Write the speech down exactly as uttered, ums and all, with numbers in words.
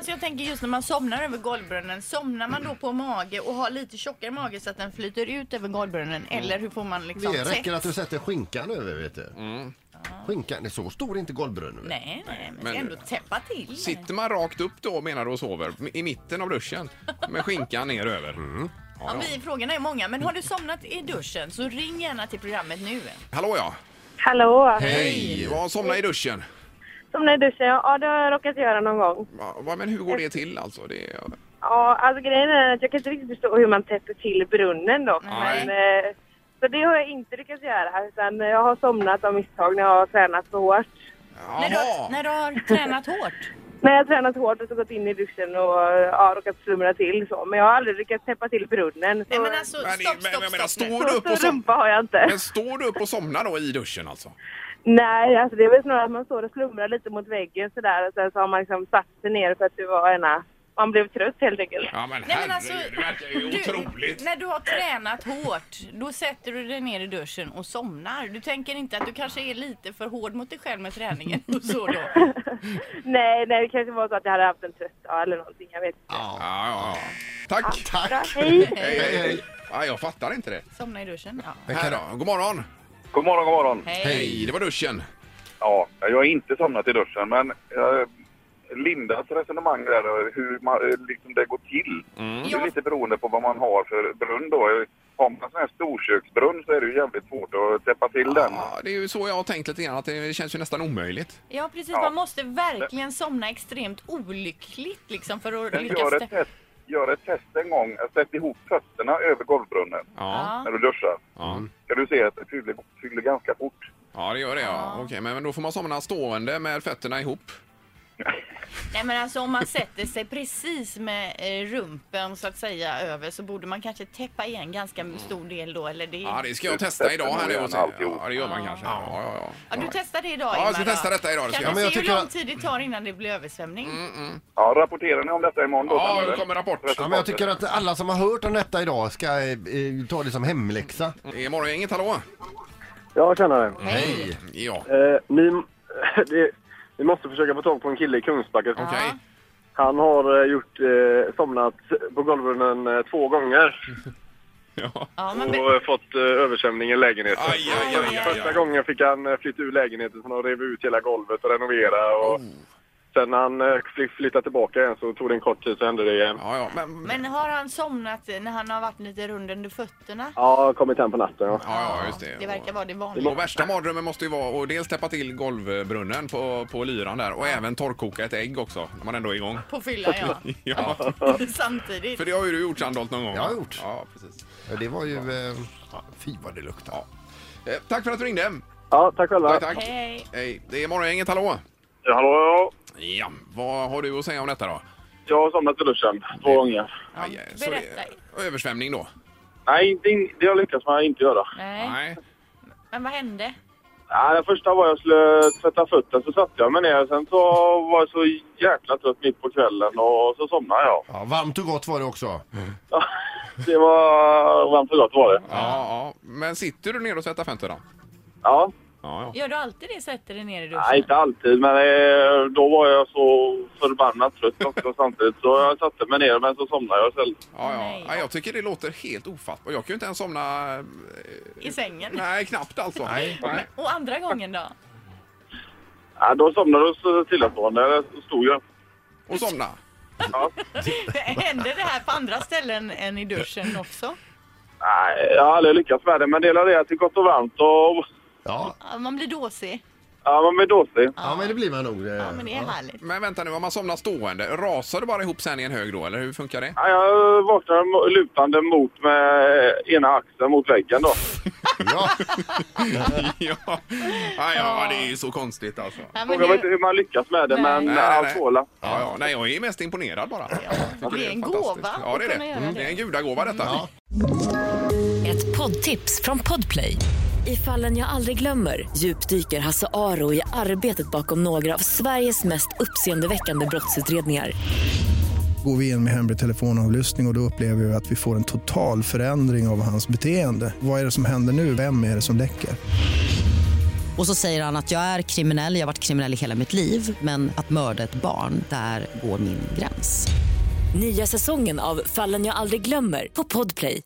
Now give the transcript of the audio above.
alltså jag tänker just när man somnar över golvbrunnen, somnar man då på mage och har lite tjockare mage så att den flyter ut över golvbrunnen, mm. eller hur får man liksom det räcker sätt? att du sätter skinkan över, vet du. Mm. Skinkan är så stor, inte golvbrunnen. Nej, nej, men, men ska ändå täppa till. Sitter man rakt upp då, menar du, och sover i mitten av duschen med skinkan ner över? Mm. Ja, ja. Vi, frågorna är många, men har du somnat i duschen så ring gärna till programmet nu. Hallå, ja. Hallå. Hej. Vad somnar i duschen? Somnar i duschen, ja, det har jag råkat göra någon gång. Ja, men hur går det till alltså? Det är... Ja, alltså grejen är att jag kan inte riktigt förstå hur man täpper till brunnen då. Men, eh, så det har jag inte lyckats göra, utan jag har somnat av misstag när jag har tränat för hårt. När du, när du har tränat hårt? När jag har tränat hårt och så gått in i duschen och ja, råkat slumra till så. Men jag har aldrig lyckats täppa till brunnen. Så... Nej, men alltså, stopp, stopp, stopp. Men, men, står så, du upp och så rumpa har jag inte. Men står du upp och somnar då i duschen alltså? Nej, alltså det är väl snarare att man står och slumrar lite mot väggen sådär. Och sen så har man liksom satt sig ner för att det var ena... Man blev trött helt enkelt. Ja, men Nej, men alltså, herregud, det verkar ju du, otroligt. När du har tränat hårt, då sätter du dig ner i duschen och somnar. Du tänker inte att du kanske är lite för hård mot dig själv med träningen och så då? nej, nej, det kanske var så att jag hade haft en trött dag eller någonting, jag vet inte. Ja, ja, ja. Tack. Ja, tack. Hej. Hej, hej. Ja, jag fattar inte det. Somna i duschen, ja. Här då, god morgon. God morgon, god morgon. Hej. Hej, det var duschen. Ja, jag har inte somnat i duschen, men eh, Lindas resonemang där, hur man, liksom det går till. Mm. Det är lite beroende på vad man har för brunn då. Har man en sån här storköksbrunn så är det ju jävligt svårt att täppa till ja, den. Det är ju så jag har tänkt lite grann, att det känns ju nästan omöjligt. Ja, precis. Ja. Man måste verkligen somna extremt olyckligt liksom för att men lyckas. Gör ett, test, gör ett test en gång. Sätt ihop fötterna över golvbrunnen ja. när du duschar. Ja. Kan du se att det fyller, fyller ganska fort. Ja, det gör det, ja. ja. Okej, men då får man somna stående med fötterna ihop. Nej, men alltså om man sätter sig precis med eh, rumpen så att säga över, så borde man kanske täppa igen ganska stor del då, eller det... Ja, det ska jag testa idag här nu och se. Ja, det gör man ja. kanske. Ja, ja, ja. Ja, du testar det idag, Ja, jag ska testa detta idag. Kan jag. du Ja, se hur tycker... lång tid det tar innan det blir översvämning? Mm, mm. Ja, rapporterar ni om detta imorgon då? Ja, det kommer rapport. Ja, men jag tycker att alla som har hört om detta idag ska eh, ta det som hemläxa. Det är morgon, inget hallå. Ja, tjena det. Hej. Ja. Eh, ni, det, ni måste försöka få tag på en kille i Kungsbacka. Okej. Okay. Han har eh, gjort eh, somnat på golvbrunnen eh, två gånger. Ja. Ja, men... Och eh, fått eh, översvämning i lägenheten. Aj, aj, aj, aj, aj. Första gången fick han eh, flytta ur lägenheten, så han rev ut hela golvet och renovera. Och... Oh. Sen när han eh, flyttade tillbaka igen så tog det en kort tid så hände det igen. Ja, ja, men... men har han somnat när han har varit lite rund under fötterna? Ja, kommit hem på natten. Ja, ja, ja just det. Det verkar vara det vanliga. Och värsta mardrömmen måste ju vara att dels täppa till golvbrunnen på, på lyran där och även torrkoka ett ägg också när man ändå är igång. På fylla, ja. Ja. Samtidigt. För det har ju du gjort, Sandholt, någon gång. Jag har gjort. Ja, precis. Ja, det var ju... Eh, fy vad det luktar. Ja. Eh, tack för att du ringde. Ja, tack själva. Tack, tack. Hej. Hej. Det är morgongänget, hallå. Ja, hallå. Ja, vad har du att säga om detta då? Jag har somnat i duschen två gånger. Ja, Aj, så berätta. det, översvämning då? Nej, det, det har jag lyckats med inte göra. Nej. Nej. Men vad hände? Ja, det första var jag skulle tvätta fötter, så satte jag mig ner. Sen så var jag så jäkla trött mitt på kvällen och så somnade jag. Ja, varmt och gott var det också. Mm. Ja, det var varmt och gott var det. Ja, ja. Men sitter du ner och tvättar fötterna? Ja. Ja, ja. Gör du alltid det, sätter dig ner i duschen? Nej, inte alltid, men eh, då var jag så förbannat trött också samtidigt. Så jag satte mig ner, men så somnade jag själv. Ja, ja. Nej. Ja, jag tycker det låter helt ofattbart. Jag kan ju inte ens somna... Eh, I sängen? Nej, knappt alltså. Nej. Nej. Och andra gången då? Ja, då somnade jag så tillastående. Så stod jag. Och somna? Ja. Händer det här på andra ställen än i duschen också? Nej, jag har aldrig lyckats med det, men det är det att det är gott och varmt och... Ja. Ja, man blir dåsig. Ja, man blir dåsig. Ja, men det blir man nog. Eh, Ja, men det är ja. härligt. Men vänta nu, om man somnar stående, rasar du bara ihop sen i en hög då, eller hur funkar det? Ja, jag vaknar lutande mot med ena axeln mot väggen då. Ja. ja. Ja, ja, det är ju så konstigt alltså. Ja, men Jag vet det, inte hur man lyckas med det, Nej. men Nej, nej, nej. allt tåla. Ja, ja. Nej, jag är mest imponerad bara. Ja, det är en gåva Ja, det att är kunna det. göra Mm. det. Det är en gudagåva detta. Ja. Ett poddtips från Podplay. I Fallen jag aldrig glömmer djupdyker Hasse Aro i arbetet bakom några av Sveriges mest uppseendeväckande brottsutredningar. Går vi in med hemlig telefonavlyssning och, och då upplever vi att vi får en total förändring av hans beteende. Vad är det som händer nu? Vem är det som läcker? Och så säger han att jag är kriminell, jag har varit kriminell i hela mitt liv. Men att mörda ett barn, där går min gräns. Nya säsongen av Fallen jag aldrig glömmer på Podplay.